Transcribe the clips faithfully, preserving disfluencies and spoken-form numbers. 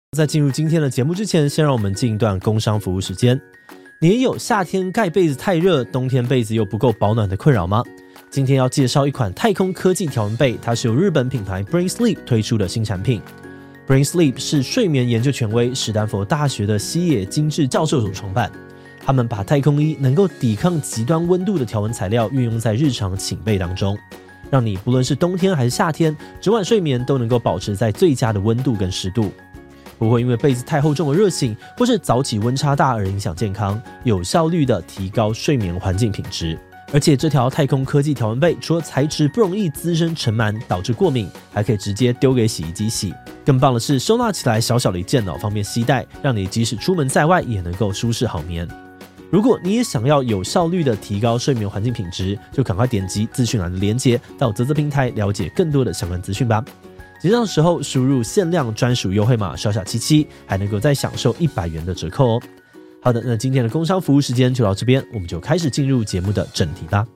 在进入今天的节目之前，先让我们进一段工商服务时间。你也有夏天盖被子太热，冬天被子又不够保暖的困扰吗？今天要介绍一款太空科技条纹被，它是由日本品牌 Brain Sleep 推出的新产品。Brain Sleep 是睡眠研究权威史丹佛大学的西野精治教授所创办。他们把太空衣能够抵抗极端温度的条纹材料运用在日常寝被当中，让你不论是冬天还是夏天，整晚睡眠都能够保持在最佳的温度跟湿度。不会因为被子太厚重而热醒，或是早起温差大而影响健康，有效率的提高睡眠环境品质。而且这条太空科技条纹被除了材质不容易滋生尘螨导致过敏，还可以直接丢给洗衣机洗。更棒的是收纳起来小小的一件哦，方便携带，让你即使出门在外也能够舒适好眠。如果你也想要有效率的提高睡眠环境品质，就赶快点击资讯栏的连结到嘖嘖平台了解更多的相关资讯吧。结账的时候输入限量专属优惠码小小七七，还能够再享受一百元的折扣哦。好的，那今天的工商服务时间就到这边，我们就开始进入节目的正题吧。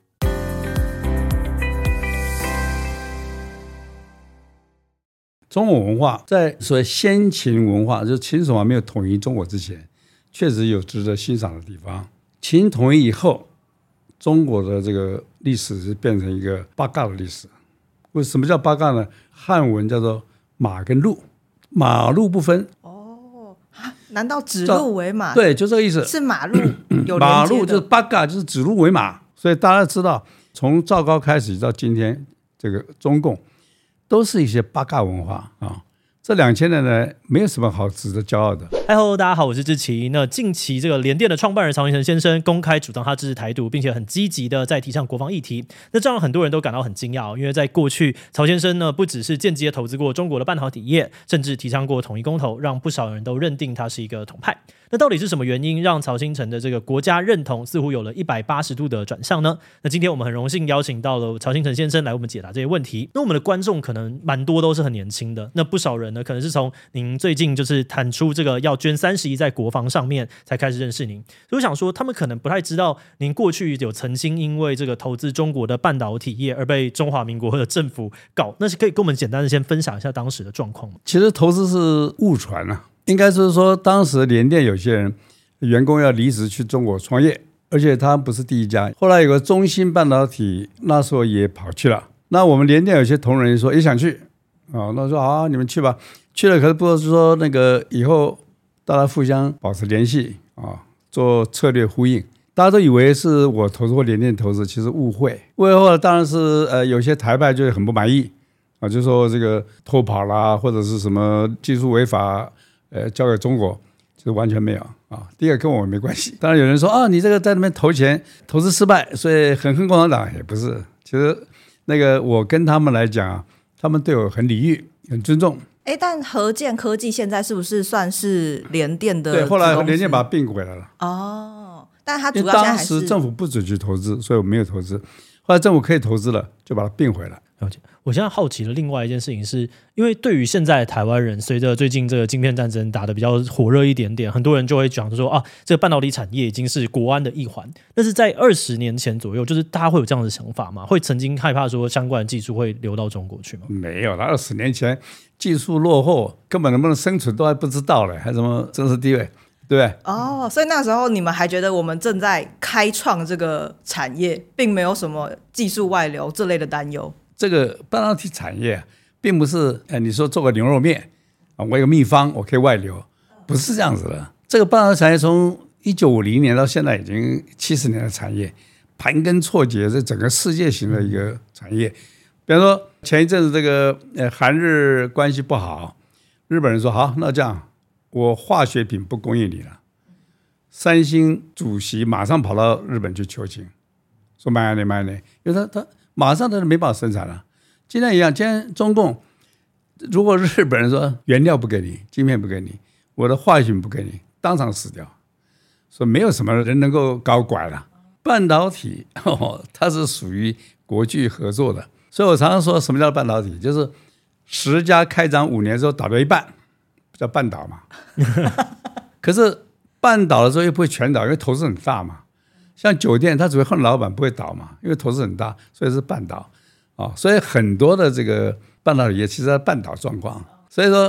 中国文化在所谓先秦文化，就是秦始皇没有统一中国之前，确实有值得欣赏的地方。秦统一以后，中国的这个历史是变成一个八嘎的历史。为什么叫八嘎呢？汉文叫做马跟路，马路不分。 哦，难道指鹿为马？ 对，就这个意思。 是马路有连接的马路就是八嘎，就是指鹿为马。所以大家知道，从赵高开始到今天，这个中共都是一些八嘎文化啊。这两千年呢，没有什么好值得骄傲的。 嗨吼，大家好，我是志祺。那近期这个联电的创办人曹兴诚先生公开主张他支持台独，并且很积极的在提倡国防议题。那这让很多人都感到很惊讶，因为在过去，曹先生呢不只是间接投资过中国的半导体业，甚至提倡过统一公投，让不少人都认定他是一个统派。那到底是什么原因让曹兴诚的这个国家认同似乎有了一百八十度的转向呢？那今天我们很荣幸邀请到了曹兴诚先生来为我们解答这些问题。那我们的观众可能蛮多都是很年轻的，那不少人呢可能是从您最近就是谈出这个要捐三十亿在国防上面才开始认识您，所以我想说他们可能不太知道您过去有曾经因为这个投资中国的半导体业而被中华民国的政府告，那是可以跟我们简单的先分享一下当时的状况吗？ 其实投资是误传啊，应该是说当时联电有些人员工要离职去中国创业，而且他不是第一家，后来有个中芯半导体那时候也跑去了，那我们联电有些同仁说也想去啊，那说好啊，你们去吧。去了可是不是说那个以后大家互相保持联系啊，做策略呼应。大家都以为是我投资或联电投资，其实误会。误会后当然是呃有些台派就很不满意啊，就说这个偷跑啦，或者是什么技术违法，呃交给中国，就完全没有啊。第一个跟我没关系。当然有人说啊，你这个在那边投钱，投资失败，所以很恨共产党，也不是。其实那个我跟他们来讲啊，他们对我很礼遇，很尊重。 哎，但和建科技现在是不是算是联电的？ 对，后来联电把它并回来了。 哦，但它主要现在还是当时政府不准去投资，所以我没有投资。后来政府可以投资了，就把它并回来。 了解。我现在好奇的另外一件事情是，因为对于现在的台湾人，随着最近这个晶片战争打得比较火热一点点，很多人就会讲说啊，这个半导体产业已经是国安的一环。但是在二十年前左右，就是大家会有这样的想法吗？会曾经害怕说相关的技术会流到中国去吗？ 没有了，二十年前技术落后，根本能不能生存都还不知道了，还什么真实地位，对不对？ 哦，所以那时候你们还觉得我们正在开创这个产业，并没有什么技术外流这类的担忧。 这个半导体产业并不是，呃，你说做个牛肉面啊，我有个秘方，我可以外流，不是这样子的。这个半导体产业从一九五零年到现在已经七十年的产业，盘根错节，这整个世界型的一个产业。比方说前一阵子这个呃韩日关系不好，日本人说好，那这样我化学品不供应你了。三星主席马上跑到日本去求情，说买你买你，因为他他。马上他就没办法生产了。今天一样，今天中共如果日本人说原料不给你，晶片不给你，我的化学品不给你，当场死掉。所以没有什么人能够搞拐了。半导体、哦、它是属于国际合作的，所以我常常说什么叫半导体，就是十家开张五年之后倒掉一半，叫半倒嘛。可是半倒的时候又不会全倒，因为投资很大嘛。像酒店，它只会恨老板，不会倒嘛，因为投资很大，所以是半倒啊、哦。所以很多的这个半导体业其实在半倒状况。所以说，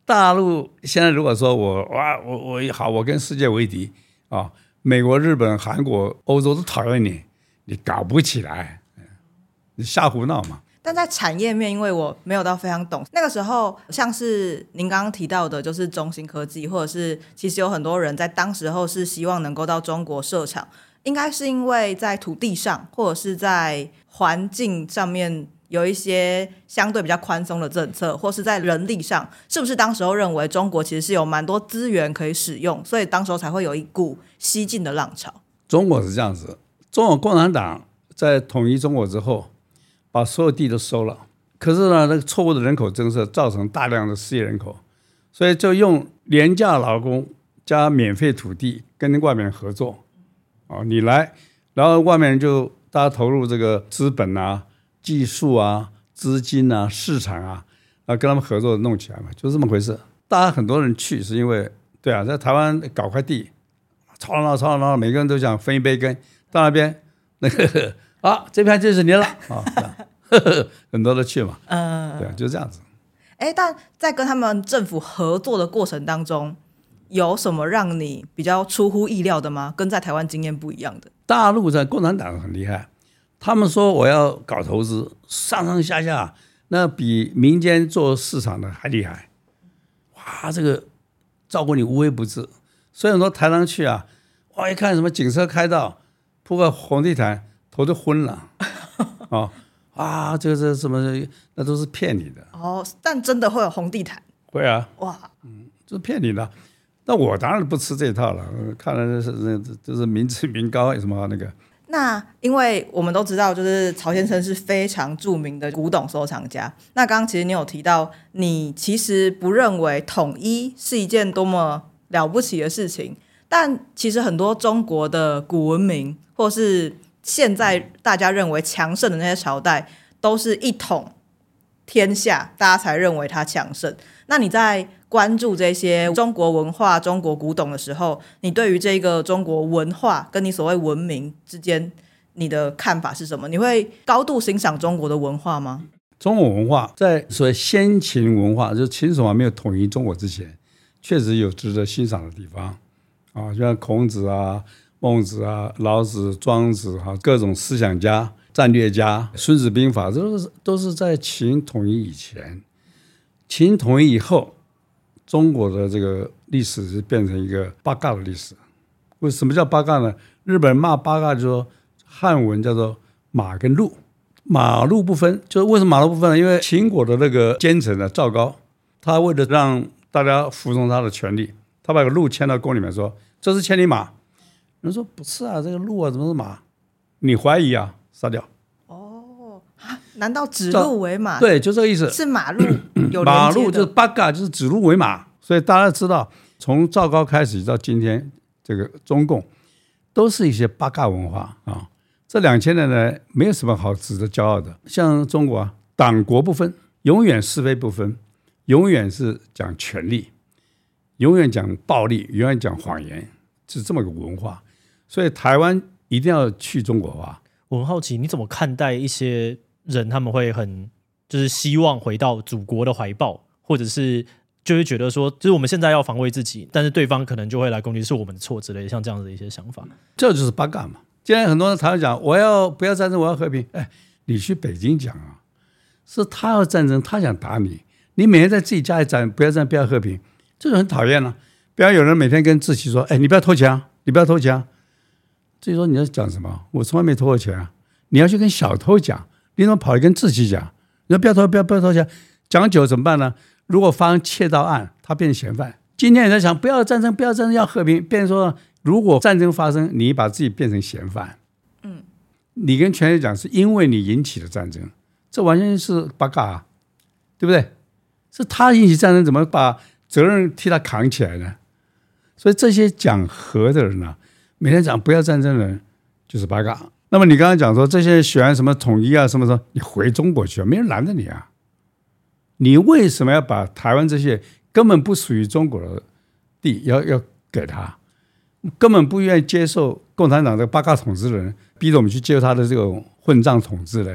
大陆现在如果说我哇我我好，我跟世界为敌啊，美国、日本、韩国、欧洲都讨厌你，你搞不起来，你瞎胡闹嘛。 但在产业面，因为我没有到非常懂，那个时候像是您刚刚提到的，就是中芯科技，或者是其实有很多人在当时候是希望能够到中国设厂，应该是因为在土地上或者是在环境上面有一些相对比较宽松的政策，或是在人力上，是不是当时候认为中国其实是有蛮多资源可以使用，所以当时候才会有一股西进的浪潮？ 中国是这样子，中国共产党在统一中国之后，把所有地都收了，可是呢，那个错误的人口政策造成大量的失业人口，所以就用廉价劳工加免费土地跟外面合作，哦，你来，然后外面人就大家投入这个资本啊、技术啊、资金啊、市场啊，啊，跟他们合作弄起来嘛，就是这么回事。大家很多人去是因为，对啊，在台湾搞块地，吵闹吵闹，每个人都想分一杯羹，到那边那个。啊，这片就是你了啊！呵呵，很多都去嘛，嗯，对，就这样子。 哎，但在跟他们政府合作的过程当中，有什么让你比较出乎意料的吗？跟在台湾经验不一样的？ 大陆在共产党很厉害，他们说我要搞投资，上上下下那比民间做市场的还厉害。哇，这个照顾你无微不至，所以很多台商去啊，哇，一看什么警车开道，铺个红地毯。头都昏了，哦啊，这个是什么？那都是骗你的哦。但真的会有红地毯？ 会啊， 哇， 嗯，就是骗你的。那我当然不吃这一套了，看来是是就是民脂民膏什么那个。 那因为我们都知道，就是曹先生是非常著名的古董收藏家。那刚刚其实你有提到，你其实不认为统一是一件多么了不起的事情，但其实很多中国的古文明，或是现在大家认为强盛的那些朝代，都是一统天下，大家才认为它强盛。那你在关注这些中国文化、中国古董的时候，你对于这个中国文化跟你所谓文明之间，你的看法是什么？你会高度欣赏中国的文化吗？ 中国文化在所谓先秦文化，就是秦始皇没有统一中国之前，确实有值得欣赏的地方啊，就像孔子啊、孟子啊、老子、庄子哈，各种思想家、战略家，《孙子兵法》都是都是在秦统一以前。秦统一以后，中国的这个历史是变成一个八嘎的历史。为什么叫八嘎呢？日本人骂八嘎，就说汉文叫做马跟鹿，马鹿不分。就是为什么马鹿不分呢？因为秦国的那个奸臣呢，赵高，他为了让大家服从他的权利，他把个鹿牵到宫里面说：“这是千里马。”人说不是啊，这个鹿啊怎么是马？你怀疑啊，杀掉。 哦，难道指鹿为马？ 对，就这个意思。 是马鹿有马鹿就是八嘎，就是指鹿为马。所以大家知道，从赵高开始到今天，这个中共都是一些八嘎文化啊。这两千年来没有什么好值得骄傲的。像中国啊，党国不分，永远是非不分，永远是讲权力，永远讲暴力，永远讲谎言，是这么个文化。所以台湾一定要去中国化。 我很好奇，你怎么看待一些人，他们会很就是希望回到祖国的怀抱，或者是就会觉得说，就是我们现在要防卫自己，但是对方可能就会来攻击是我们的错之类的，像这样子的一些想法。 这就是八嘎嘛。今天很多人台湾讲我要不要战争，我要和平。哎，你去北京讲啊，是他要战争，他想打你，你每天在自己家里战，不要战，不要和平，这就很讨厌了。不要有人每天跟志祺说，哎，你不要投降，你不要投降。至于说你要讲什么，我从来没偷过钱啊！你要去跟小偷讲，你怎么跑去跟志祺讲？你说不要偷，不要不要偷钱，讲久怎么办呢？如果发生窃盗案，他变成嫌犯。今天你在想不要战争，不要战争，要和平，变成说如果战争发生，你把自己变成嫌犯。嗯，你跟全世界讲是因为你引起的战争，这完全是八嘎啊，对不对？是他引起战争，怎么把责任替他扛起来呢？所以这些讲和的人啊，每天讲不要战争的人就是八嘎。那么你刚才讲说这些喜欢什么统一啊什么什么，你回中国去啊，没人拦着你啊。你为什么要把台湾这些根本不属于中国的地要要给他？根本不愿意接受共产党的八嘎统治的人，逼着我们去接受他的这种混账统治呢？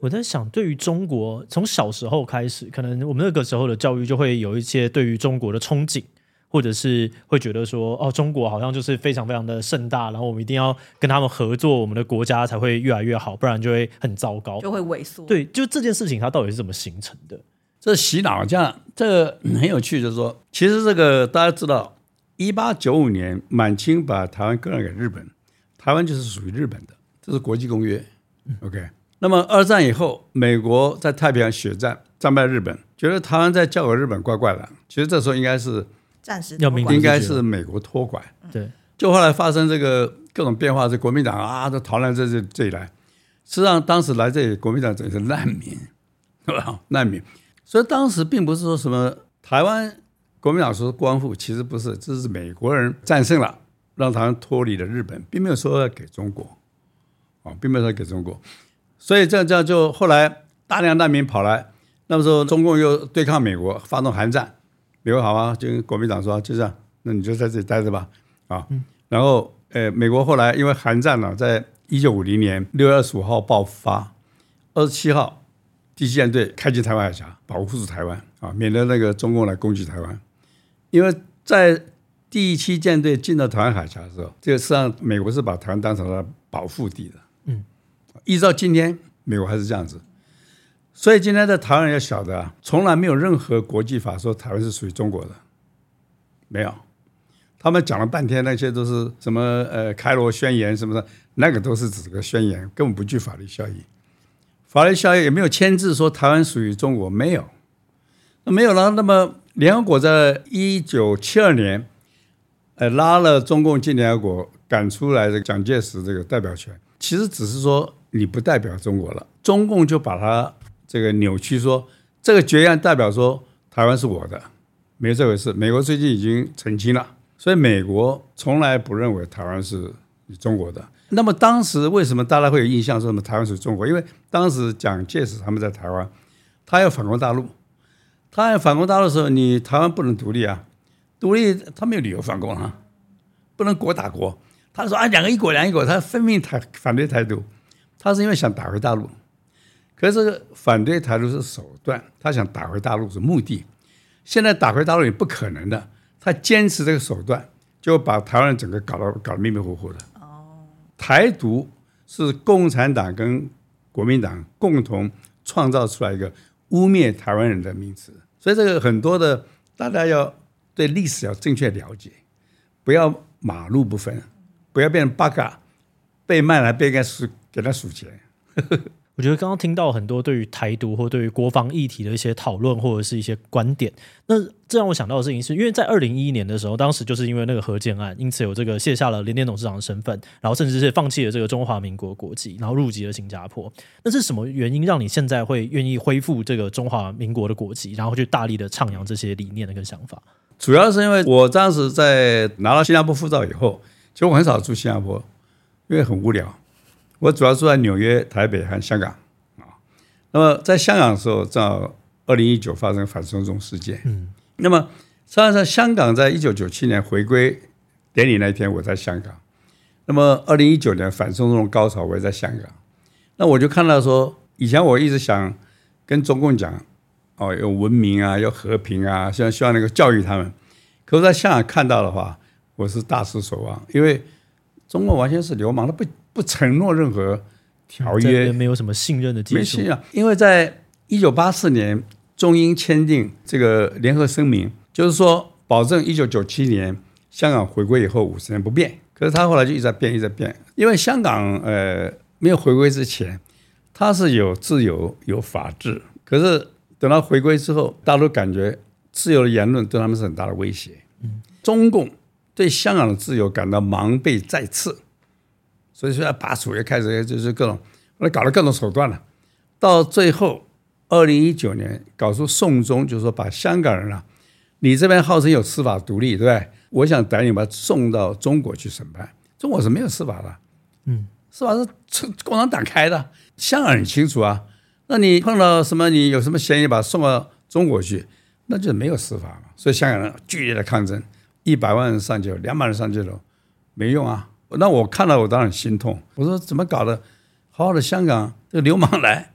我在想，对于中国，从小时候开始，可能我们那个时候的教育就会有一些对于中国的憧憬，或者是会觉得说，哦，中国好像就是非常非常的盛大，然后我们一定要跟他们合作，我们的国家才会越来越好，不然就会很糟糕， 就会萎缩。 对，就这件事情它到底是怎么形成的？ 这洗脑，这样这个很有趣，就是说，其实这个大家知道，一八九五年满清把台湾割让给日本，台湾就是属于日本的，这是国际公约。OK， 那么二战以后，美国在太平洋血战战败日本，觉得台湾在交给日本怪怪的，其实这时候应该是暂时要明应该是美国托管。 对， 就后来发生这个各种变化，是国民党啊都逃难这这这里来，实际上当时来这里，国民党等于是难民，对吧？难民。所以当时并不是说什么台湾国民党说光复，其实不是，这是美国人战胜了，让台湾脱离了日本，并没有说要给中国，哦，并没有说给中国。所以这样这样就后来大量难民跑来，那么时候中共又对抗美国，发动韩战，美国好啊，就跟国民党说就这样，那你就在这里待着吧，啊，嗯、然后呃，美国后来因为韩战呢、啊，在一九五零年六月二十五号爆发，二十七号。第七舰队开进台湾海峡，保护住台湾啊，免得那个中共来攻击台湾。因为在第七舰队进到台湾海峡的时候，这个实际上美国是把台湾当成了保护地的。嗯，依照今天美国还是这样子，所以今天在台湾人要晓得啊，从来没有任何国际法说台湾是属于中国的，没有。他们讲了半天，那些都是什么呃开罗宣言什么的，那个都是只是个宣言，根本不具法律效益。法律效益也没有签字说台湾属于中国，没有，那没有了。那么联合国在一九七二年，呃，拉了中共进联合国，赶出来的蒋介石这个代表权，其实只是说你不代表中国了，中共就把它这个扭曲说这个决议代表说台湾是我的，没有这回事。美国最近已经澄清了，所以美国从来不认为台湾是中国的。那么当时为什么大家会有印象说什么台湾属于中国？因为当时蒋介石他们在台湾，他要反攻大陆，他要反攻大陆的时候，你台湾不能独立啊，独立他没有理由反攻啊，不能国打国。他说啊，两个一国两一国，他分明台反对台独，他是因为想打回大陆。可是这个反对台独是手段，他想打回大陆是目的。现在打回大陆也不可能的，他坚持这个手段，就把台湾人整个搞到搞得迷迷糊糊的。台独是共产党跟国民党共同创造出来一个污蔑台湾人的名词，所以这个很多的大家要对历史要正确了解，不要马路不分，不要变成八嘎，被卖来被人家给他数钱。 我觉得刚刚听到很多对于台独或对于国防议题的一些讨论或者是一些观点，那这让我想到的事情是，因为在二零一一年的时候，当时就是因为那个核建案，因此有这个卸下了联电董事长的身份，然后甚至是放弃了这个中华民国国籍，然后入籍了新加坡。那是什么原因让你现在会愿意恢复这个中华民国的国籍，然后去大力的倡扬这些理念的跟想法？ 主要是因为我当时在拿到新加坡护照以后，其实我很少住新加坡，因为很无聊。我主要住在纽约、台北和香港啊。那么在香港的时候，正好二零一九发生反送中事件。嗯，那么实际上香港在一九九七年回归典礼那一天，我在香港。那么二零一九年反送中高潮，我也在香港。那我就看到说，以前我一直想跟中共讲，哦，要文明啊，要和平啊，希望希望能够教育他们。可是在香港看到的话，我是大失所望，因为中共完全是流氓，他不不承诺任何条约， 没有什么信任的基础。 没信啊，因为在一九八四年中英签订这个联合声明，就是说保证一九九七年香港回归以后五十年不变。可是他后来就一直在变，一直在变。因为香港呃没有回归之前，它是有自由有法治，可是等到回归之后，大家都感觉自由的言论对他们是很大的威胁。嗯，中共对香港的自由感到芒被再次。所以说，八十五也开始就是各种，后来搞了各种手段了。到最后，二零一九年搞出送中，就是说把香港人啊，你这边号称有司法独立，对不对？我想逮你把他送到中国去审判。中国是没有司法的，嗯，司法是共产党开的，香港很清楚啊。那你碰到什么，你有什么嫌疑，把他送到中国去，那就没有司法嘛。所以香港人剧烈的抗争，一百万人上街头，两百人上街头，没用啊。那我看到我当然心痛，我说怎么搞的？好好的香港，这个流氓来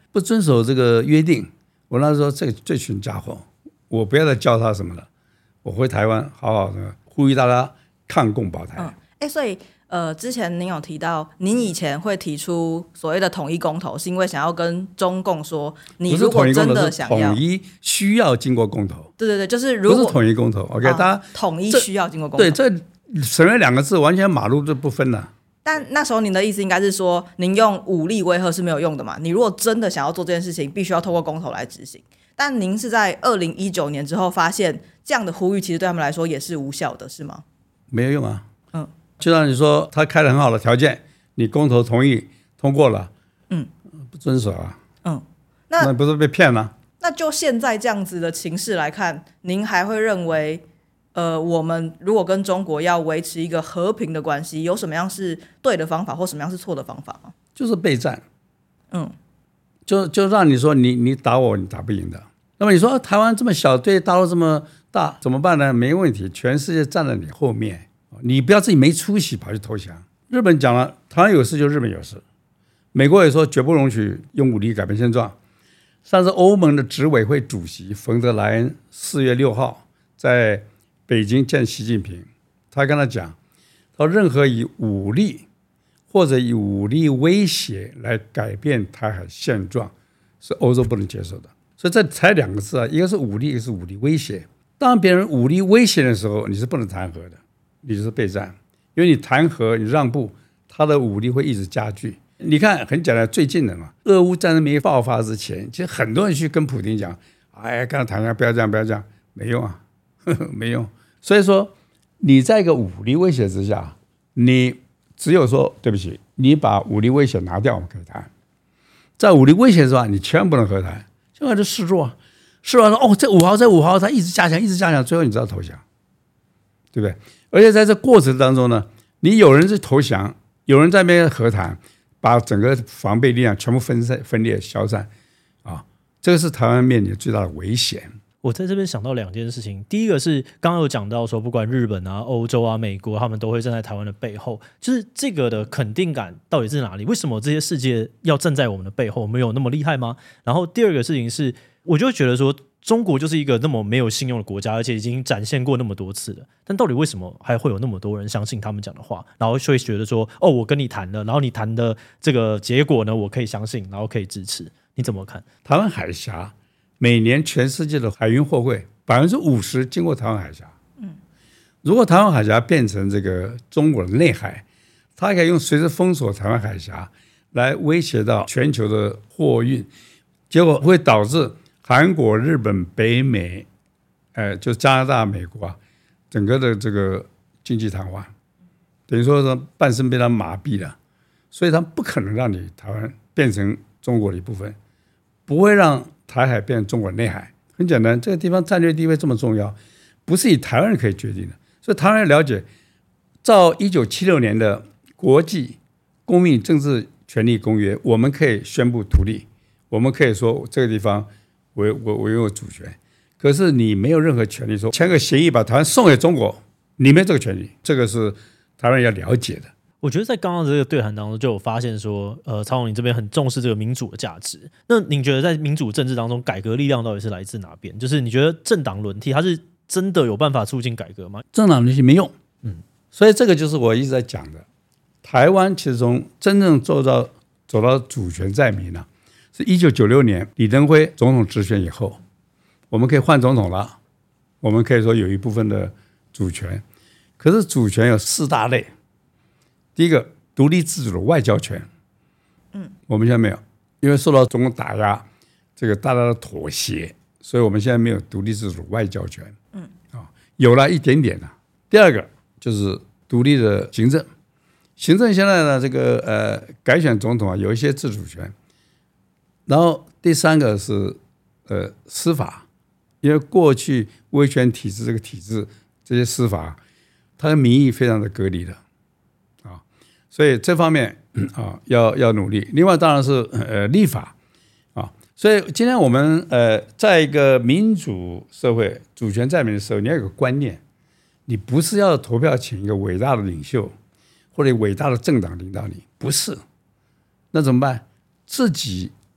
不遵守这个约定，我那时候这个这群家伙，我不要再教他什么了，我回台湾好好的呼吁大家抗共保台。 嗯，哎，所以呃，之前您有提到，您以前会提出所谓的统一公投，是因为想要跟中共说，你如果真的想要， 统一需要经过公投。 对对对，就是如果不是统一公投 ，OK，、啊、大家统一需要经过公投。 对，这省略两个字，完全马路都不分了。 但那时候您的意思应该是说，您用武力威吓是没有用的嘛？你如果真的想要做这件事情，必须要透过公投来执行。但您是在二零一九年之后发现，这样的呼吁其实对他们来说也是无效的，是吗？ 没有用啊。嗯，就像你说，他开了很好的条件，你公投同意通过了，嗯，不遵守啊，嗯，那那不是被骗了？ 那就现在这样子的情势来看，您还会认为？呃，我们如果跟中国要维持一个和平的关系，有什么样是对的方法，或什么样是错的方法吗？ 就是备战，嗯，就就让你说你你打我，你打不赢的。那么你说台湾这么小，对大陆这么大，怎么办呢？没问题，全世界站在你后面，你不要自己没出息跑去投降。日本讲了，台湾有事就日本有事，美国也说绝不容许用武力改变现状。上次欧盟的执委会主席冯德莱恩四月六号在北京见习近平，他跟他讲，他说任何以武力或者以武力威胁来改变台海现状，是欧洲不能接受的。所以这才两个字啊，一个是武力，一个是武力威胁。当别人武力威胁的时候，你是不能谈和的，你就是备战，因为你谈和，你让步，他的武力会一直加剧。你看，很简单，最近的嘛，俄乌战争没爆发之前，其实很多人去跟普丁讲，哎，跟他谈谈，不要这样，不要这样，没用啊，呵呵没用。所以说，你在一个武力威胁之下，你只有说对不起，你把武力威胁拿掉，我们可以谈。在武力威胁之外，你千万不能和谈。现在就示弱啊，示弱说哦，这五号，这五号，他一直加强，一直加强，最后你知道投降，对不对？而且在这过程当中呢，你有人是投降，有人在那边和谈，把整个防备力量全部分散、分裂、消散啊，这个是台湾面临最大的危险。 我在这边想到两件事情，第一个是刚刚有讲到说，不管日本啊、欧洲啊、美国，他们都会站在台湾的背后，就是这个的肯定感到底是哪里？为什么这些世界要站在我们的背后？我们有那么厉害吗？然后第二个事情是，我就觉得说，中国就是一个那么没有信用的国家，而且已经展现过那么多次了，但到底为什么还会有那么多人相信他们讲的话，然后会觉得说，哦，我跟你谈了，然后你谈的这个结果呢，我可以相信，然后可以支持，你怎么看？ 台湾海峡每年全世界的海运货柜百分之五十经过台湾海峡。嗯，如果台湾海峡变成这个中国的内海，它可以用随时封锁台湾海峡来威胁到全球的货运，结果会导致韩国、日本、北美，呃，就加拿大、美国啊，整个的这个经济瘫痪，等于说是半身被他麻痹了，所以他不可能让你台湾变成中国的一部分，不会让台海变成中国内海。很简单，这个地方战略地位这么重要，不是以台湾人可以决定的。所以台湾人了解，照一九七六年的国际公民政治权利公约，我们可以宣布独立，我们可以说这个地方我我我拥有主权。可是你没有任何权利说签个协议把台湾送给中国，你没有这个权利，这个是台湾人要了解的。 我觉得在刚刚这个对谈当中就有发现说，呃，曹总你这边很重视这个民主的价值。那您觉得在民主政治当中，改革力量到底是来自哪边？就是你觉得政党轮替它是真的有办法促进改革吗？ 政党轮替没用，嗯，所以这个就是我一直在讲的。台湾其实从真正做到走到主权在民呢、啊，是一九九六年李登辉总统直选以后，我们可以换总统了，我们可以说有一部分的主权，可是主权有四大类。第一个，独立自主的外交权，嗯，我们现在没有，因为受到中共打压，这个大大的妥协，所以我们现在没有独立自主的外交权，嗯，啊，有了一点点了。第二个就是独立的行政，行政现在呢，这个呃改选总统啊，有一些自主权。然后第三个是呃司法，因为过去威权体制这个体制，这些司法，它的民意非常的隔离的。所以这方面啊要要努力。另外当然是呃立法啊。所以今天我们呃在一个民主社会、主权在民的时候，你要有个观念，你不是要投票请一个伟大的领袖或者伟大的政党领导你，不是。那怎么办？自己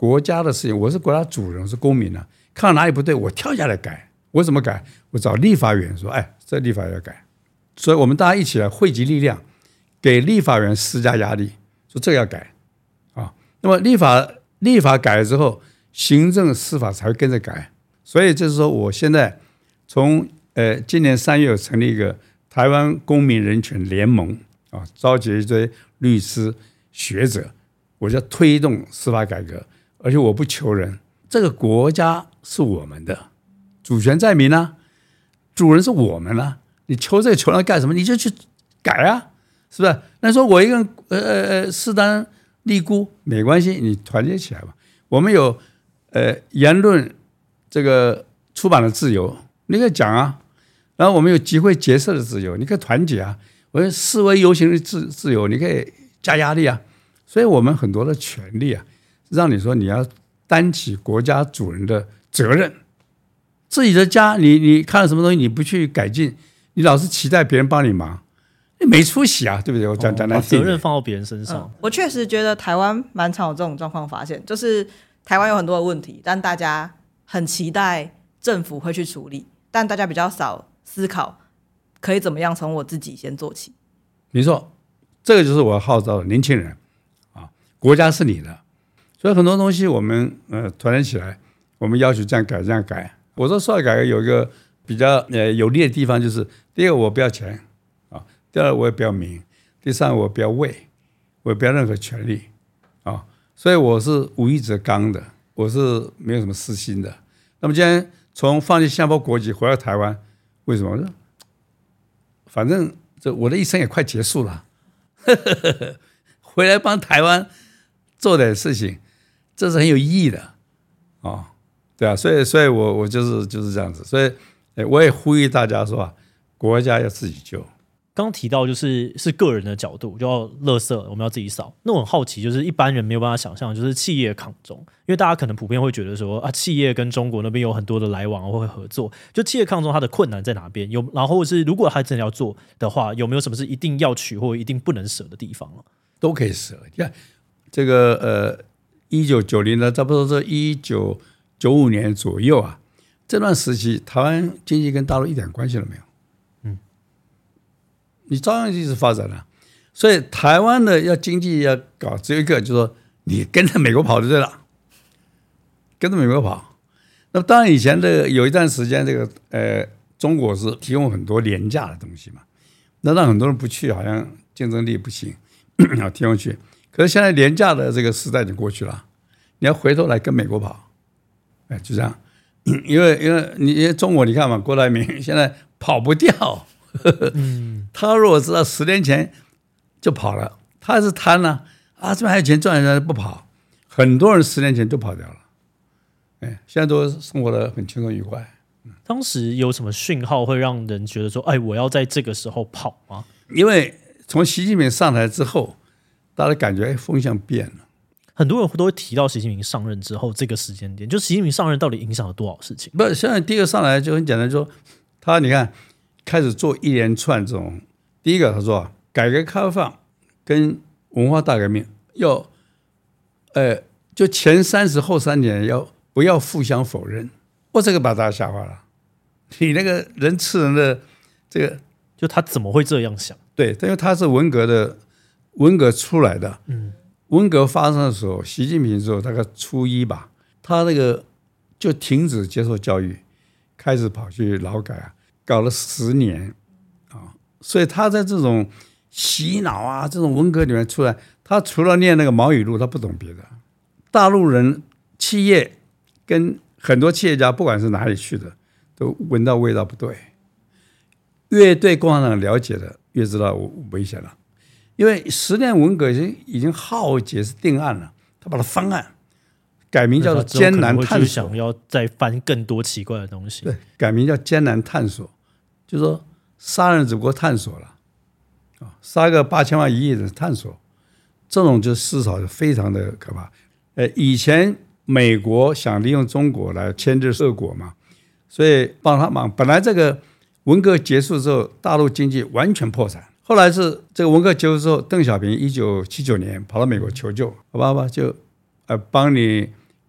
国家的事情，我是国家主人，我是公民啊，看到哪里不对，我跳下来改。我怎么改？我找立法院说，哎，这立法要改。所以我们大家一起来汇集力量，给立法院施加压力，说这个要改啊。那么立法立法改了之后，行政司法才会跟着改。所以就是说，我现在从呃今年三月成立一个台湾公民人权联盟啊，召集一堆律师学者，我就要推动司法改革，而且我不求人，这个国家是我们的，主权在民啊，主人是我们啊，你求这个求那干什么？你就去改啊，是不是？那说我一个人呃呃势单力孤没关系，你团结起来吧。我们有呃言论这个出版的自由，你可以讲啊。然后我们有集会结社的自由，你可以团结啊。我有示威游行的自自由，你可以加压力啊。所以我们很多的权利啊，让你说你要担起国家主人的责任。自己的家，你你看到什么东西你不去改进，你老是期待别人帮你忙，你没出息啊，对不对？我讲讲难听， 把责任放到别人身上。 嗯、我确实觉得台湾蛮常有这种状况发现，就是台湾有很多的问题，但大家很期待政府会去处理，但大家比较少思考可以怎么样从我自己先做起。 没错，这个就是我号召的年轻人啊，国家是你的，所以很多东西我们呃团结起来，我们要求这样改这样改。我说司法改革有一个比较呃有利的地方，就是第一个我不要钱啊，第二我也不要名，第三我不要位，我也不要任何权利啊，所以我是无义则刚的，我是没有什么私心的。那么今天从放弃新加坡国籍回到台湾，为什么？反正这我的一生也快结束了，回来帮台湾做点事情，这是很有意义的啊。哦对啊，所以，所以我我就是就是这样子，所以我也呼吁大家说啊，国家要自己救。 刚提到就是是个人的角度，就要垃圾我们要自己扫。那我很好奇，就是一般人没有办法想象，就是企业抗中，因为大家可能普遍会觉得说啊，企业跟中国那边有很多的来往或会合作，就企业抗中它的困难在哪边？有，然后或者是如果他真的要做的话，有没有什么是一定要取或一定不能舍的地方？ 都可以舍。你看这个呃，一九九零的，差不多是一九九五年左右啊，这段时期台湾经济跟大陆一点关系都没有，嗯，你照样一直发展了、啊，所以台湾的要经济要搞，只有一个，就是说你跟着美国跑就对了，跟着美国跑。那么当然以前的有一段时间，这个呃中国是提供很多廉价的东西嘛，那让很多人不去，好像竞争力不行，啊提供去。可是现在廉价的这个时代已经过去了，你要回头来跟美国跑。哎，就这样，因为因为你因为中国你看嘛，郭台铭现在跑不掉，嗯、他如果知道十年前就跑了，他是贪了 啊, 啊，这边还有钱赚，人家不跑，很多人十年前就跑掉了，哎，现在都生活得很轻松愉快。 当时有什么讯号会让人觉得说，哎，我要在这个时候跑吗？ 因为从习近平上台之后，大家感觉哎风向变了。 很多人都会提到习近平上任之后这个时间点，就习近平上任到底影响了多少事情？ 不，现在第一个上来就很简单说，他你看开始做一连串这种，第一个他说改革开放跟文化大革命要，呃，就前三十后三年要不要互相否认？我这个把大家吓坏了，你那个人吃人的这个， 就他怎么会这样想？ 对，因为他是文革的，文革出来的，嗯。文革发生的时候，习近平之后大概初一吧，他那个就停止接受教育，开始跑去劳改啊，搞了十年啊，所以他在这种洗脑啊这种文革里面出来，他除了念那个毛语录，他不懂别的。大陆人企业跟很多企业家，不管是哪里去的，都闻到味道不对。越对共产党了解的，越知道危险了。因为十年文革已经已经浩劫是定案了，他把它翻案，改名叫做艰难探索， 想要再翻更多奇怪的东西。 对，改名叫艰难探索，就是说杀人只不过探索了，啊，杀个八千万一亿人探索，这种就思潮就非常的可怕。呃，以前美国想利用中国来牵制俄国嘛，所以帮他忙。本来这个文革结束之后，大陆经济完全破产。后来是这个文革结束之后，邓小平一九七九年跑到美国求救，好吧好吧，就呃帮你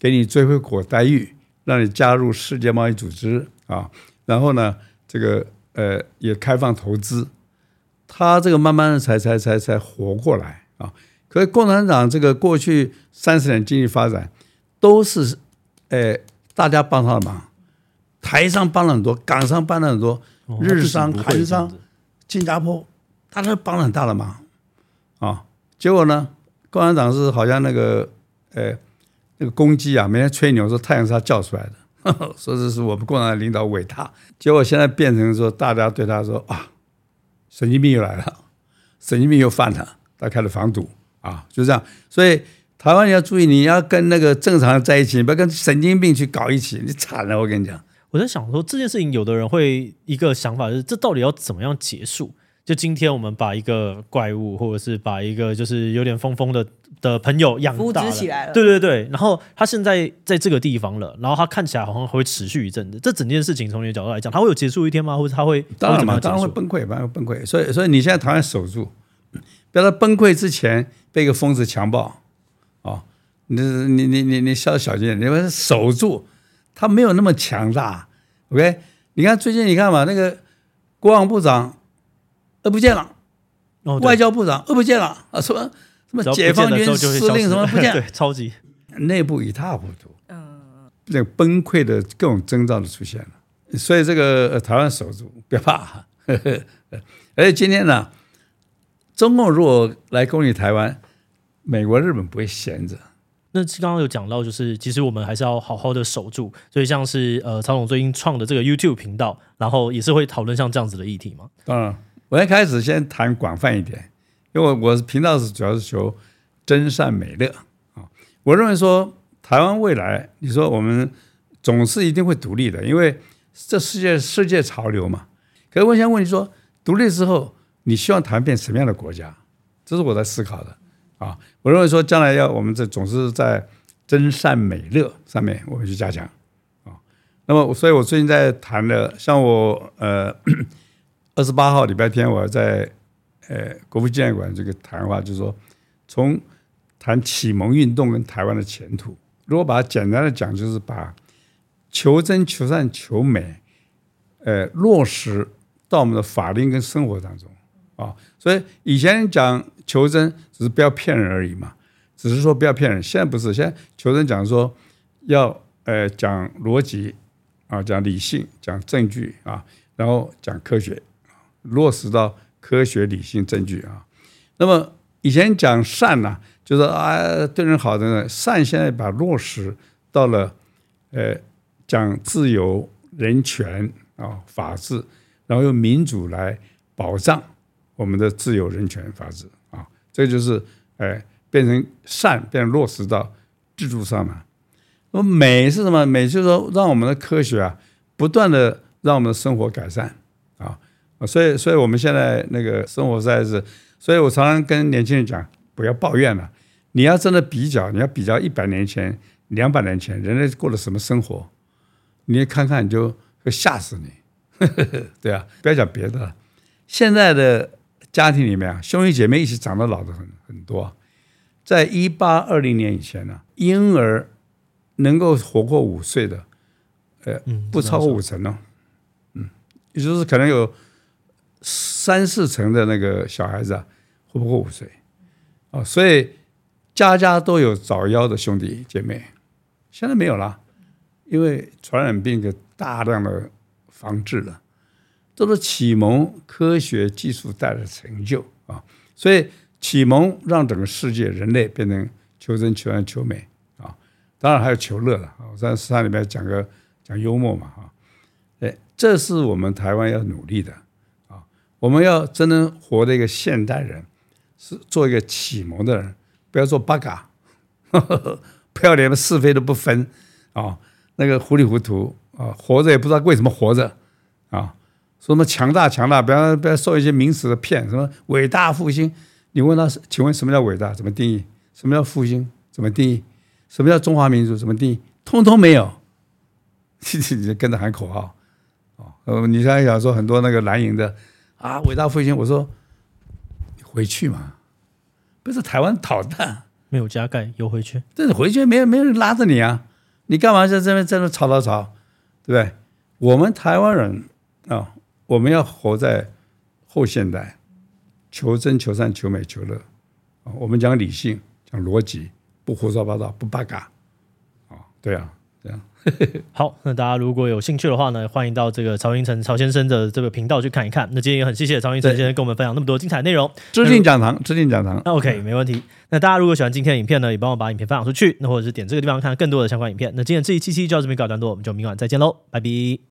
给你最惠国待遇，让你加入世界贸易组织啊，然后呢，这个呃也开放投资，他这个慢慢的才才才才活过来啊。可是共产党这个过去三十年经济发展都是，呃大家帮他的忙，台商帮了很多，港商帮了很多， 哦、 日商、韩商、新加坡，大家帮了很大的忙啊。结果呢，共产党是好像那个呃那个公鸡啊，每天吹牛说太阳是他叫出来的，呵呵说这是我们共产党领导伟大。结果现在变成说，大家对他说啊，神经病又来了，神经病又犯了，他开始防堵啊，就这样。所以台湾你要注意，你要跟那个正常人在一起，你不要跟神经病去搞一起，你惨了。我跟你讲， 我在想说这件事情，有的人会一个想法就是，这到底要怎么样结束？就今天我们把一个怪物，或者是把一个就是有点疯疯的的朋友养大了， 扶植起来了， 对对对，然后他现在在这个地方了，然后他看起来好像会持续一阵子。这整件事情从你的角度来讲，他会有结束一天吗？或者他会当然嘛，当然会崩溃，当然会崩溃。所以，所以你现在台湾守住，不要在崩溃之前被一个疯子强暴哦。你你你你你小小心点，你们守住，他没有那么强大。OK， 你看最近你看嘛，那个国防部长。呃不见了，哦、外交部长呃不见了啊，什么什么解放军司令什么不见了， 对，超级内部一塌糊涂，嗯，那个崩溃的各种征兆都出现了，所以这个、呃、台湾守住，不要怕，呵呵而且今天呢，中共如果来攻击台湾，美国、日本不会闲着。 那刚刚有讲到，就是其实我们还是要好好的守住，所以像是呃曹总最近创的这个 YouTube 频道，然后也是会讨论像这样子的议题吗？ 当然。我一开始先谈广泛一点，因为我频道是主要是求真善美乐啊。我认为说台湾未来，你说我们总是一定会独立的，因为这世界世界潮流嘛。可是我想问你说，独立之后，你希望台湾变什么样的国家？这是我在思考的啊。我认为说将来要我们这总是在真善美乐上面我们去加强啊。那么，所以我最近在谈的，像我呃。二十八号礼拜天，我在呃国父纪念馆这个谈话，就是说从谈启蒙运动跟台湾的前途。如果把它简单的讲，就是把求真、求善、求美，呃落实到我们的法令跟生活当中啊。所以以前讲求真，只是不要骗人而已嘛，只是说不要骗人。现在不是，现在求真讲说要呃讲逻辑啊，讲理性，讲证据啊，然后讲科学。落实到科学、理性、证据啊。那么以前讲善呢、啊，就是啊对人好的善，现在把落实到了呃讲自由、人权啊、法治，然后用民主来保障我们的自由、人权、法治啊。这就是呃变成善，变成落实到制度上嘛。那么美是什么？美就是说让我们的科学啊不断的让我们的生活改善啊。所以，所以我们现在那个生活实在是，所以我常常跟年轻人讲，不要抱怨了。你要真的比较，你要比较一百年前、两百年前人类过了什么生活，你看看你就会吓死你。对啊，不要讲别的了。现在的家庭里面啊，兄弟姐妹一起长得老的很很多。在一八二零年以前呢、啊，婴儿能够活过五岁的，呃，不超过五成哦。嗯，也就是可能有。三四成的那个小孩子啊，活不过五岁啊，所以家家都有早夭的兄弟姐妹。现在没有了，因为传染病给大量的防治了，这是启蒙科学技术带来的成就啊。所以启蒙让整个世界人类变成求真、求善、求美啊，当然还有求乐了啊。我在山里面讲个讲幽默嘛啊，哎，这是我们台湾要努力的。我们要真正活的一个现代人，是做一个启蒙的人，不要做八嘎，呵呵不要连是非都不分啊、哦，那个糊里糊涂啊、哦，活着也不知道为什么活着啊、哦，说什么强大强大，不要不要受一些名词的骗，什么伟大复兴，你问他，请问什么叫伟大？怎么定义？什么叫复兴？怎么定义？什么叫中华民族？怎么定义？通通没有，你就跟着喊口号哦。呃，你想想说很多那个蓝营的。啊，伟大复兴！我说你回去嘛，不是台湾捣蛋， 没有加盖，有回去， 但是回去没有没有人拉着你啊， 你干嘛在这边在那吵吵吵，对不对？我们台湾人啊、哦，我们要活在后现代，求真、求善、求美、求乐、哦、我们讲理性，讲逻辑，不胡说八道，不八嘎、哦、对啊，这样。 好，那大家如果有兴趣的话呢，欢迎到这个曹云成曹先生的这个频道去看一看。那今天也很谢谢曹云成先生跟我们分享那么多精彩内容。 知定讲堂，知定讲堂。 那 OK， 没问题。那大家如果喜欢今天的影片呢，也帮我把影片分享出去，那或者是点这个地方看更多的相关影片。那今天这一期期就到这边告一段落，我们就明晚再见喽，拜拜。